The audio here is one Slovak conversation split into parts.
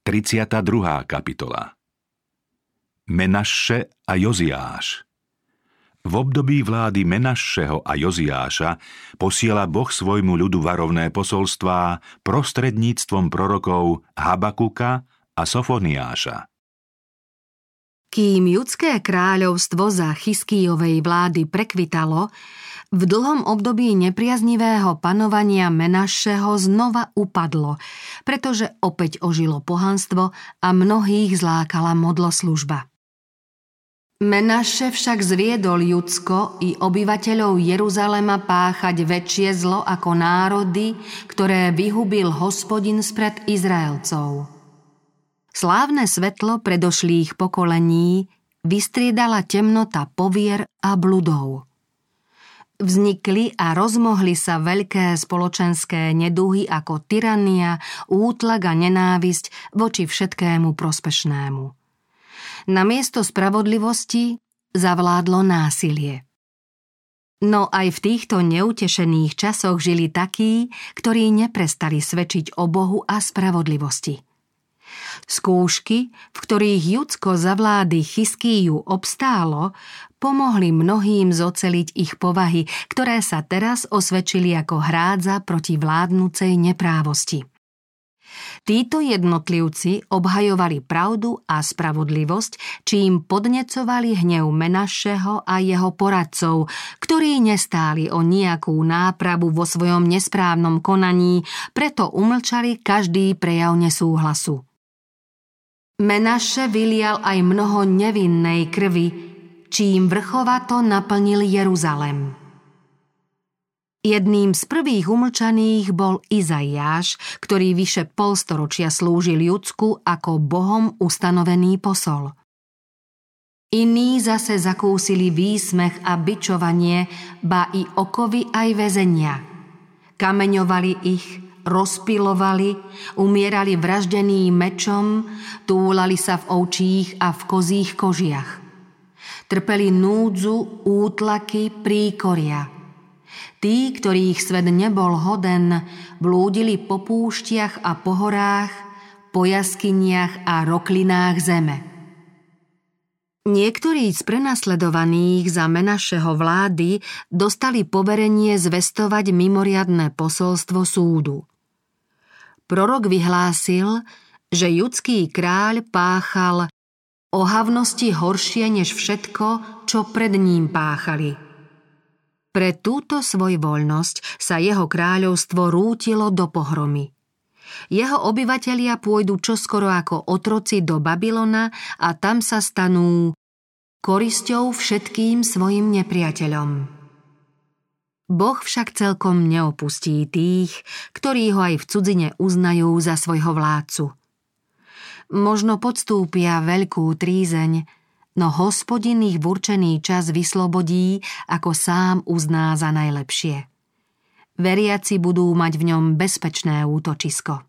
32. kapitola. Menaše a Joziáš. V období vlády Menašeho a Joziáša posiela Boh svojmu ľudu varovné posolstvá prostredníctvom prorokov Habakuka a Sofoniáša. Kým judské kráľovstvo za Chiskijovej vlády prekvitalo, v dlhom období nepriaznivého panovania Menašeho znova upadlo, pretože opäť ožilo pohanstvo a mnohých zlákala modloslužba. Menaše však zviedol Judsko i obyvateľov Jeruzalema páchať väčšie zlo ako národy, ktoré vyhubil Hospodin spred Izraelcov. Slávne svetlo predošlých pokolení vystriedala temnota povier a bludov. Vznikli a rozmohli sa veľké spoločenské neduhy ako tyrania, útlak a nenávisť voči všetkému prospešnému. Namiesto spravodlivosti zavládlo násilie. No aj v týchto neutešených časoch žili takí, ktorí neprestali svedčiť o Bohu a spravodlivosti. Skúšky, v ktorých Judsko za vlády Chiskiju obstálo, pomohli mnohým zoceliť ich povahy, ktoré sa teraz osvedčili ako hrádza proti vládnucej neprávosti. Títo jednotlivci obhajovali pravdu a spravodlivosť, čím podnecovali hnev Menašeho a jeho poradcov, ktorí nestáli o nejakú nápravu vo svojom nesprávnom konaní, preto umlčali každý prejav nesúhlasu. Menaše vylial aj mnoho nevinnej krvi, čím vrchovato naplnil Jeruzalem. Jedným z prvých umlčaných bol Izaiáš, ktorý vyše polstoročia slúžil Judsku ako Bohom ustanovený posol. Iní zase zakúsili výsmech a bičovanie, ba i okovy aj väzenia. Kameňovali ich, rozpilovali, umierali vraždení mečom, túlali sa v ovčích a v kozích kožiach. Trpeli núdzu, útlaky, príkoria. Tí, ktorých svet nebol hoden, blúdili po púštiach a po horách, po jaskyniach a roklinách zeme. Niektorí z prenasledovaných za Menašeho vlády dostali poverenie zvestovať mimoriadne posolstvo súdu. Prorok vyhlásil, že judský kráľ páchal ohavnosti horšie než všetko, čo pred ním páchali. Pre túto svojvoľnosť sa jeho kráľovstvo rútilo do pohromy. Jeho obyvatelia pôjdu čoskoro ako otroci do Babylona a tam sa stanú korisťou všetkým svojim nepriateľom. Boh však celkom neopustí tých, ktorí ho aj v cudzine uznajú za svojho vládcu. Možno podstúpia veľkú trízeň, no Hospodin ich v určený čas vyslobodí, ako sám uzná za najlepšie. Veriaci budú mať v ňom bezpečné útočisko.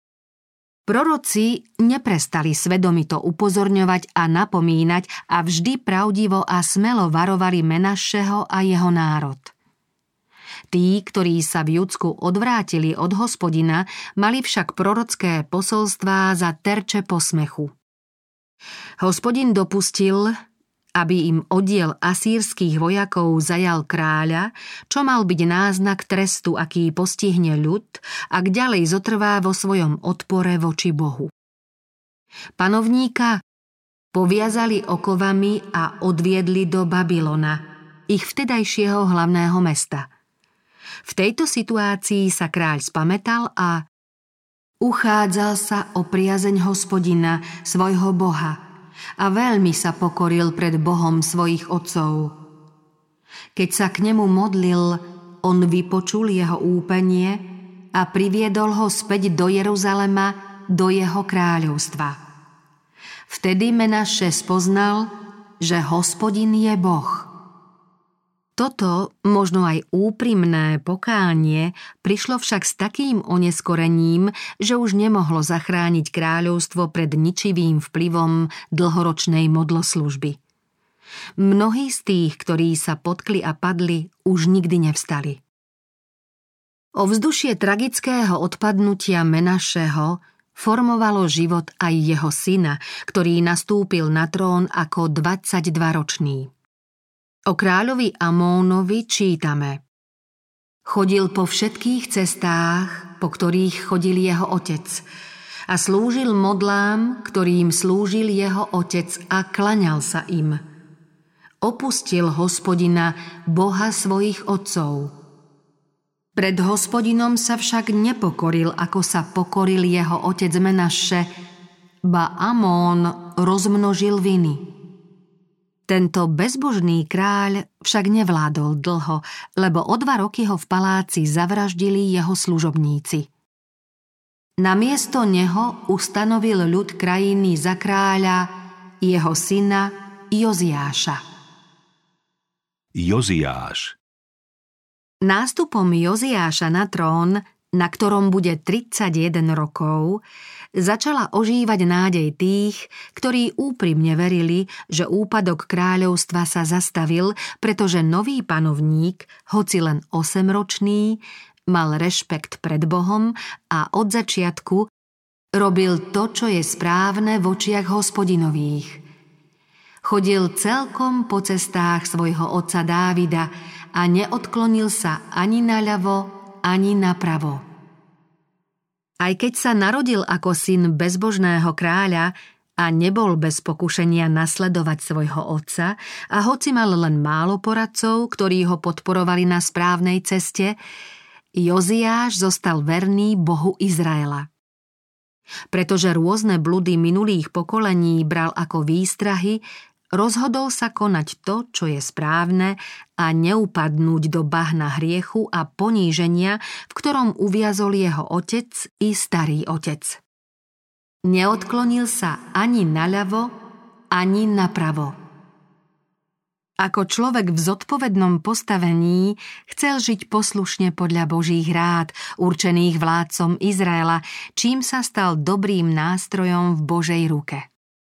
Proroci neprestali svedomito upozorňovať a napomínať a vždy pravdivo a smelo varovali Menašeho a jeho národ. Tí, ktorí sa v Judsku odvrátili od Hospodina, mali však prorocké posolstvá za terče posmechu. Hospodin dopustil, aby im oddiel asýrskych vojakov zajal kráľa, čo mal byť náznak trestu, aký postihne ľud, ak ďalej zotrvá vo svojom odpore voči Bohu. Panovníka poviazali okovami a odviedli do Babylona, ich vtedajšieho hlavného mesta. V tejto situácii sa kráľ spamätal a uchádzal sa o priazeň Hospodina, svojho Boha, a veľmi sa pokoril pred Bohom svojich otcov. Keď sa k nemu modlil, on vypočul jeho úpenie a priviedol ho späť do Jeruzalema, do jeho kráľovstva. Vtedy Menaše spoznal, že Hospodin je Boh. Toto, možno aj úprimné pokánie, prišlo však s takým oneskorením, že už nemohlo zachrániť kráľovstvo pred ničivým vplyvom dlhoročnej modloslužby. Mnohí z tých, ktorí sa potkli a padli, už nikdy nevstali. Ovzdušie tragického odpadnutia Menašeho formovalo život aj jeho syna, ktorý nastúpil na trón ako 22-ročný. O kráľovi Amónovi čítame: Chodil po všetkých cestách, po ktorých chodil jeho otec, a slúžil modlám, ktorým slúžil jeho otec, a klaňal sa im. Opustil Hospodina, Boha svojich otcov. Pred Hospodinom sa však nepokoril, ako sa pokoril jeho otec Menaše, ba Amón rozmnožil viny. Tento bezbožný kráľ však nevládol dlho, lebo o 2 roky ho v paláci zavraždili jeho služobníci. Namiesto neho ustanovil ľud krajiny za kráľa jeho syna Joziáša. Joziáš. Nástupom Joziáša na trón, na ktorom bude 31 rokov, začala ožívať nádej tých, ktorí úprimne verili, že úpadok kráľovstva sa zastavil, pretože nový panovník, hoci len 8-ročný, mal rešpekt pred Bohom a od začiatku robil to, čo je správne v očiach Hospodinových. Chodil celkom po cestách svojho otca Dávida a neodklonil sa ani naľavo, ani napravo. Aj keď sa narodil ako syn bezbožného kráľa a nebol bez pokušenia nasledovať svojho otca, a hoci mal len málo poradcov, ktorí ho podporovali na správnej ceste, Joziáš zostal verný Bohu Izraela. Pretože rôzne bludy minulých pokolení bral ako výstrahy, rozhodol sa konať to, čo je správne, a neupadnúť do bahna hriechu a poníženia, v ktorom uviazol jeho otec i starý otec. Neodklonil sa ani naľavo, ani napravo. Ako človek v zodpovednom postavení chcel žiť poslušne podľa Božích rád, určených vládcom Izraela, čím sa stal dobrým nástrojom v Božej ruke.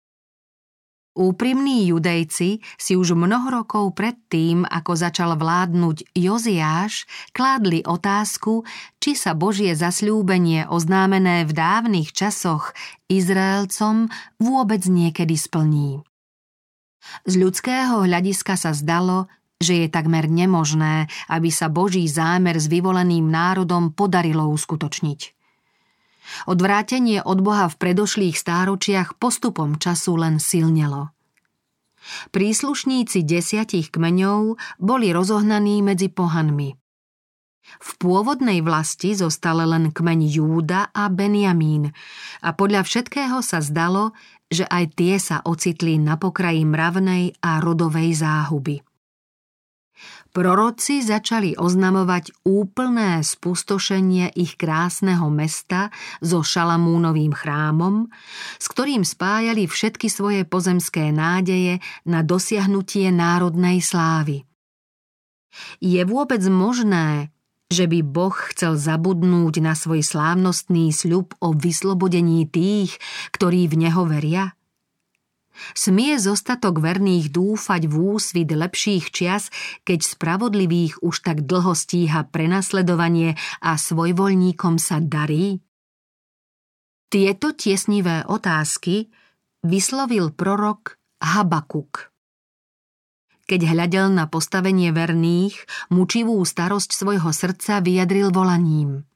Úprimní Judejci si už mnoho rokov predtým, ako začal vládnuť Joziáš, kládli otázku, či sa Božie zasľúbenie oznámené v dávnych časoch Izraelcom vôbec niekedy splní. Z ľudského hľadiska sa zdalo, že je takmer nemožné, aby sa Boží zámer s vyvoleným národom podarilo uskutočniť. Odvrátenie od Boha v predošlých stáročiach postupom času len silnelo. Príslušníci 10 kmeňov boli rozohnaní medzi pohanmi. V pôvodnej vlasti zostal len kmeň Júda a Benjamín a podľa všetkého sa zdalo, že aj tie sa ocitli na pokraji mravnej a rodovej záhuby. Proroci začali oznamovať úplné spustošenie ich krásneho mesta so Šalamúnovým chrámom, s ktorým spájali všetky svoje pozemské nádeje na dosiahnutie národnej slávy. Je vôbec možné, že by Boh chcel zabudnúť na svoj slávnostný sľub o vyslobodení tých, ktorí v Neho veria? Smie zostatok verných dúfať v úsvit lepších čias, keď spravodlivých už tak dlho stíha prenasledovanie a svojvoľníkom sa darí? Tieto tiesnivé otázky vyslovil prorok Habakuk. Keď hľadel na postavenie verných, mučivú starosť svojho srdca vyjadril volaním: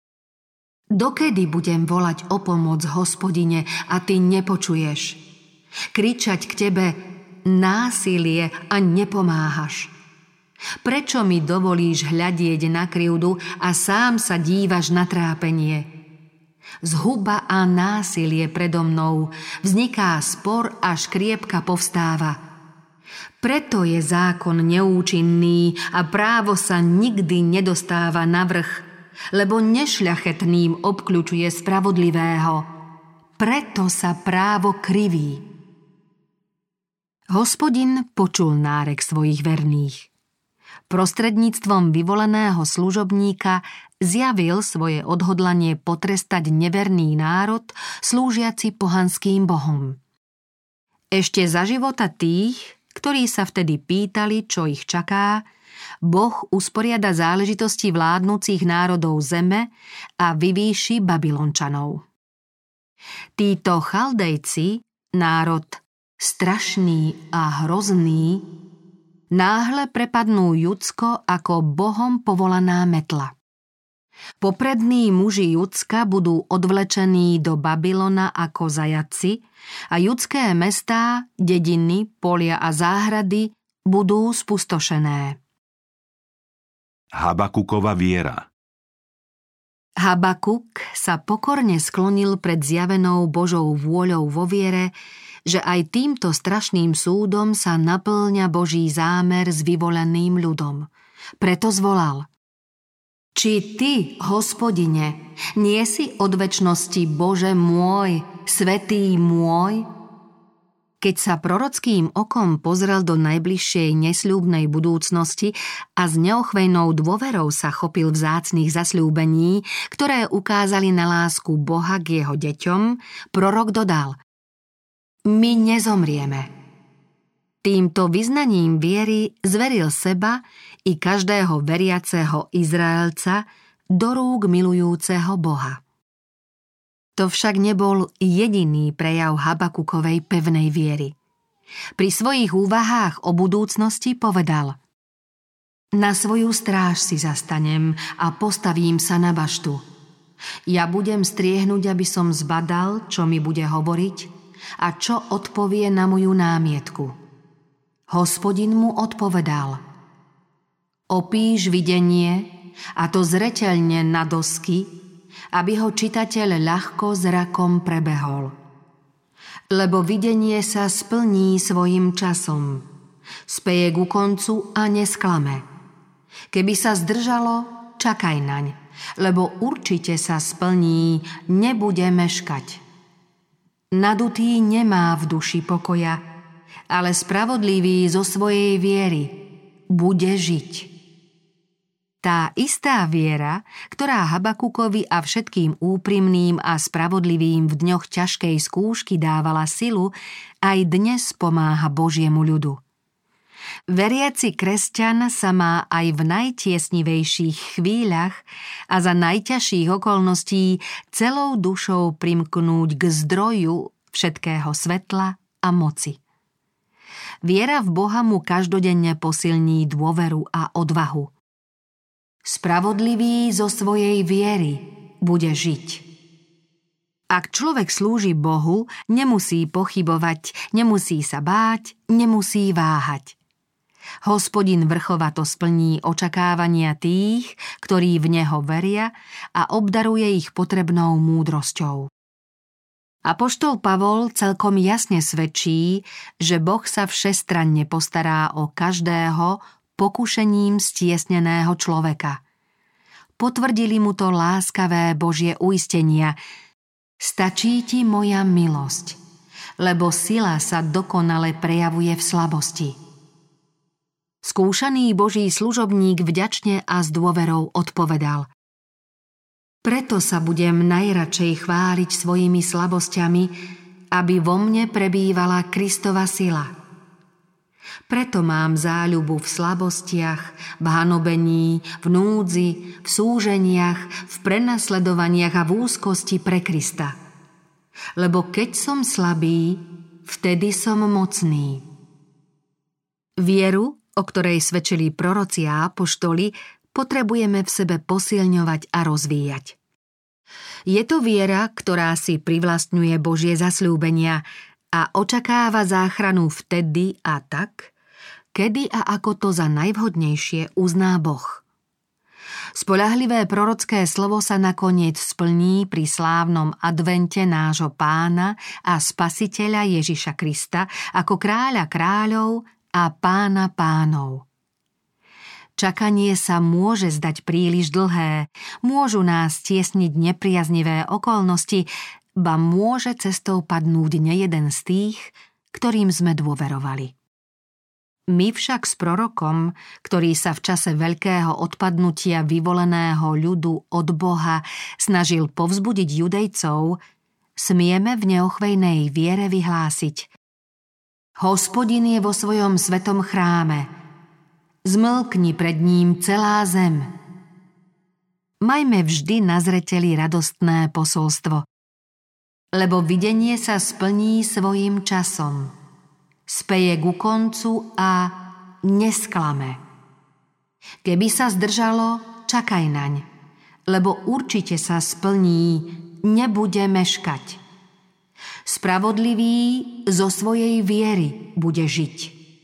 Dokedy budem volať o pomoc, Hospodine, a ty nepočuješ? Kričať k tebe násilie a nepomáhaš. Prečo mi dovolíš hľadieť na krivdu a sám sa dívaš na trápenie? Zhuba a násilie predo mnou, vzniká spor a škriepka povstáva. Preto je zákon neúčinný a právo sa nikdy nedostáva na vrch, lebo nešľachetným obkľučuje spravodlivého. Preto sa právo kriví. Hospodin počul nárek svojich verných. Prostredníctvom vyvoleného služobníka zjavil svoje odhodlanie potrestať neverný národ, slúžiaci pohanským bohom. Ešte za života tých, ktorí sa vtedy pýtali, čo ich čaká, Boh usporiada záležitosti vládnúcich národov zeme a vyvýši Babylončanov. Títo Chaldejci, národ strašný a hrozný, náhle prepadnú Judsko ako Bohom povolaná metla. Poprední muži Judska budú odvlečení do Babylona ako zajaci a judské mestá, dediny, polia a záhrady budú spustošené. Habakukova viera. Habakuk sa pokorne sklonil pred zjavenou Božou vôľou vo viere, že aj týmto strašným súdom sa naplňa Boží zámer s vyvoleným ľudom. Preto zvolal: Či ty, Hospodine, nie si od večnosti Bože môj, svätý môj? Keď sa prorockým okom pozrel do najbližšej nesľúbnej budúcnosti a s neochvejnou dôverou sa chopil vzácnych zasľúbení, ktoré ukázali na lásku Boha k jeho deťom, prorok dodal: My nezomrieme. Týmto vyznaním viery zveril seba i každého veriaceho Izraelca do rúk milujúceho Boha. To však nebol jediný prejav Habakukovej pevnej viery. Pri svojich úvahách o budúcnosti povedal: Na svoju stráž si zastanem a postavím sa na baštu. Ja budem striehnúť, aby som zbadal, čo mi bude hovoriť a čo odpovie na moju námietku. Hospodin mu odpovedal: Opíš videnie, a to zreteľne na dosky, aby ho čitateľ ľahko zrakom prebehol. Lebo videnie sa splní svojim časom. Speje ku koncu a nesklame. Keby sa zdržalo, čakaj naň, lebo určite sa splní, nebude meškať. Nadutý nemá v duši pokoja, ale spravodlivý zo svojej viery bude žiť. Tá istá viera, ktorá Habakukovi a všetkým úprimným a spravodlivým v dňoch ťažkej skúšky dávala silu, aj dnes pomáha Božiemu ľudu. Veriaci kresťan sa má aj v najtiesnivejších chvíľach a za najťažších okolností celou dušou primknúť k zdroju všetkého svetla a moci. Viera v Boha mu každodenne posilní dôveru a odvahu. Spravodlivý zo svojej viery bude žiť. Ak človek slúži Bohu, nemusí pochybovať, nemusí sa báť, nemusí váhať. Hospodin vrchovato splní očakávania tých, ktorí v Neho veria, a obdaruje ich potrebnou múdrosťou. Apoštol Pavol celkom jasne svedčí, že Boh sa všestranne postará o každého pokušením stiesneného človeka. Potvrdili mu to láskavé Božie uistenia: Stačí ti moja milosť, lebo sila sa dokonale prejavuje v slabosti. Skúšaný Boží služobník vďačne a s dôverou odpovedal: Preto sa budem najradšej chváliť svojimi slabosťami, aby vo mne prebývala Kristova sila. Preto mám záľubu v slabostiach, v hanobení, v núdzi, v súženiach, v prenasledovaniach a v úzkosti pre Krista. Lebo keď som slabý, vtedy som mocný. Vieru, o ktorej svedčili proroci a apoštoli, potrebujeme v sebe posilňovať a rozvíjať. Je to viera, ktorá si privlastňuje Božie zasľúbenia a očakáva záchranu vtedy a tak, kedy a ako to za najvhodnejšie uzná Boh. Spoľahlivé prorocké slovo sa nakoniec splní pri slávnom advente nášho Pána a Spasiteľa Ježiša Krista ako kráľa kráľov a pána pánov. Čakanie sa môže zdať príliš dlhé, môžu nás tiesniť nepriaznivé okolnosti, ba môže cestou padnúť nejeden z tých, ktorým sme dôverovali. My však s prorokom, ktorý sa v čase veľkého odpadnutia vyvoleného ľudu od Boha snažil povzbudiť Judejcov, smieme v neochvejnej viere vyhlásiť: Hospodin je vo svojom svetom chráme, zmlkni pred ním celá zem. Majme vždy na zreteli radostné posolstvo: lebo videnie sa splní svojím časom. Speje ku koncu a nesklame. Keby sa zdržalo, čakaj naň, lebo určite sa splní, nebude meškať. Spravodlivý zo svojej viery bude žiť.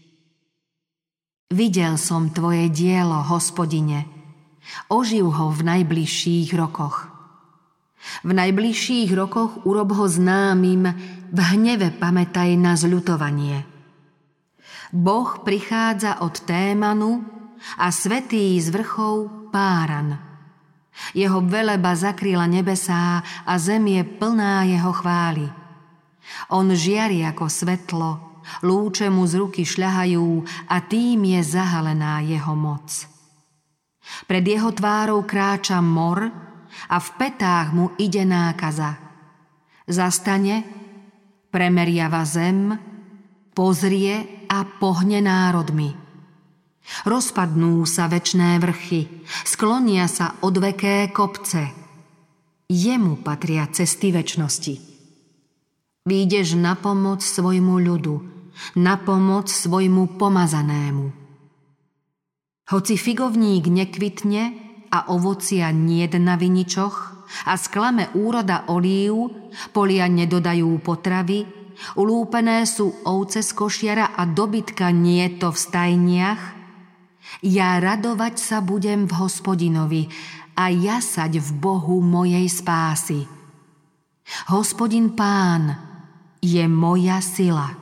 Videl som tvoje dielo, Hospodine, oživ ho v najbližších rokoch. V najbližších rokoch urob ho známym, v hneve pamätaj na zľutovanie. Boh prichádza od Témanu a svätý z vrchov Páran. Jeho veleba zakryla nebesá a zem je plná jeho chvály. On žiari ako svetlo, lúče mu z ruky šľahajú a tým je zahalená jeho moc. Pred jeho tvárou kráča mor a v petách mu ide nákaza. Zastane, premeriava zem, pozrie a pohne národmi. Rozpadnú sa večné vrchy, sklonia sa odveké kopce. Jemu patria cesty večnosti. Výjdeš na pomoc svojmu ľudu, na pomoc svojmu pomazanému. Hoci figovník nekvitne a ovocia niet na viničoch a sklame úroda olív, polia nedodajú potravy, ulúpené sú ovce z košiara a dobytka nieto v stajniach, ja radovať sa budem v Hospodinovi a jasať v Bohu mojej spásy. Hospodin Pán je moja sila.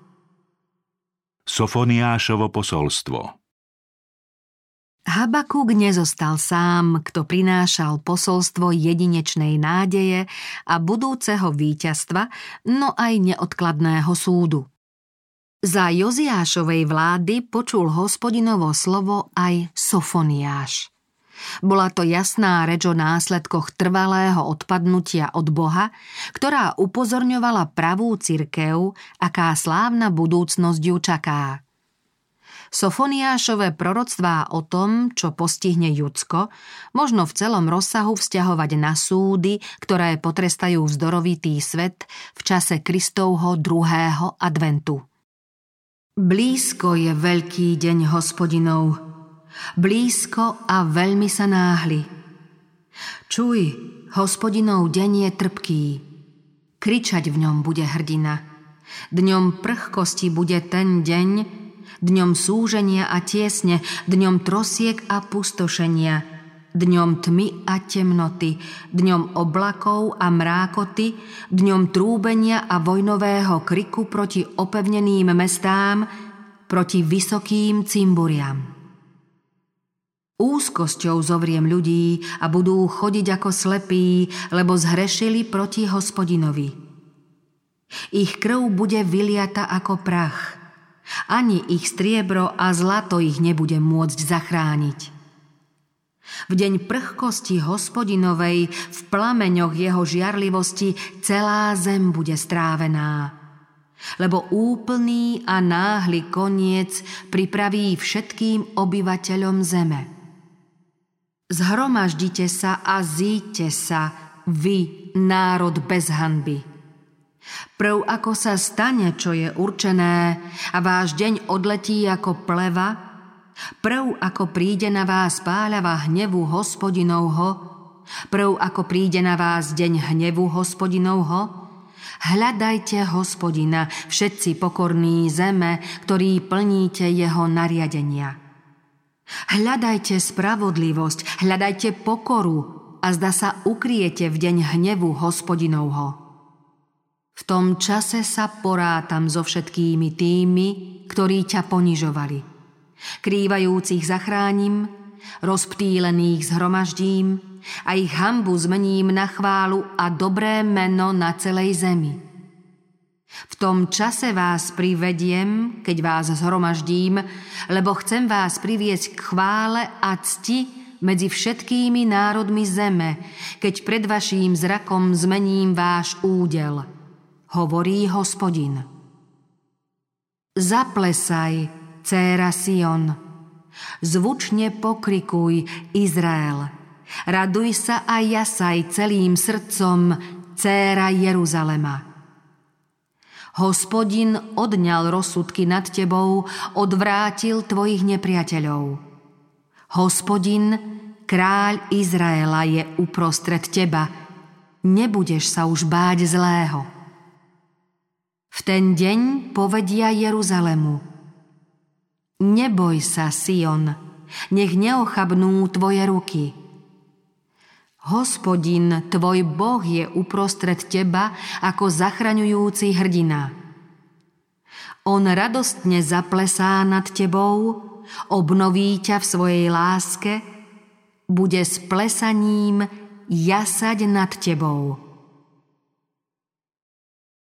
Sofoniášovo posolstvo. Habakúk nezostal sám, kto prinášal posolstvo jedinečnej nádeje a budúceho víťazstva, no aj neodkladného súdu. Za Joziášovej vlády počul Hospodinovo slovo aj Sofoniáš. Bola to jasná reč o následkoch trvalého odpadnutia od Boha, ktorá upozorňovala pravú cirkev, aká slávna budúcnosť ju čaká. Sofoniášove proroctvá o tom, čo postihne Judsko, možno v celom rozsahu vzťahovať na súdy, ktoré potrestajú vzdorovitý svet v čase Kristovho 2. adventu. Blízko je veľký deň Hospodinov, blízko a veľmi sa náhli. Čuj, Hospodinov deň je trpký, kričať v ňom bude hrdina. Dňom prchkosti bude ten deň, dňom súženia a tiesne, dňom trosiek a pustošenia, dňom tmy a temnoty, dňom oblakov a mrákoty, dňom trúbenia a vojnového kriku proti opevneným mestám, proti vysokým cimburiam. Úzkosťou zovriem ľudí a budú chodiť ako slepí, lebo zhrešili proti Hospodinovi. Ich krv bude vyliata ako prach, ani ich striebro a zlato ich nebude môcť zachrániť. V deň prchkosti Hospodinovej, v plameňoch jeho žiarlivosti, celá zem bude strávená. Lebo úplný a náhly koniec pripraví všetkým obyvateľom zeme. Zhromaždite sa a zíďte sa, vy, národ bez hanby. Prv ako sa stane, čo je určené, a váš deň odletí ako pleva, prv ako príde na vás páľava hnevu Hospodinovho, prv ako príde na vás deň hnevu Hospodinovho, hľadajte Hospodina, všetci pokorní zeme, ktorí plníte jeho nariadenia. Hľadajte spravodlivosť, hľadajte pokoru a zda sa ukryjete v deň hnevu Hospodinovho. V tom čase sa porátam so všetkými tými, ktorí ťa ponižovali. Krývajúcich zachránim, rozptýlených zhromaždím a ich hanbu zmením na chválu a dobré meno na celej zemi. V tom čase vás privediem, keď vás zhromaždím, lebo chcem vás priviesť k chvále a cti medzi všetkými národmi zeme, keď pred vaším zrakom zmením váš údel, hovorí Hospodin. Zaplesaj, dcéra Sion, zvučne pokrikuj, Izrael, raduj sa a jasaj celým srdcom, dcéra Jeruzalema. Hospodin odňal rozsudky nad tebou, odvrátil tvojich nepriateľov. Hospodin, kráľ Izraela, je uprostred teba. Nebudeš sa už báť zlého. V ten deň povedia Jeruzalemu: Neboj sa, Sion, nech neochabnú tvoje ruky. Hospodin, tvoj Boh, je uprostred teba ako zachraňujúci hrdina. On radostne zaplesá nad tebou, obnoví ťa v svojej láske, bude s plesaním jasať nad tebou.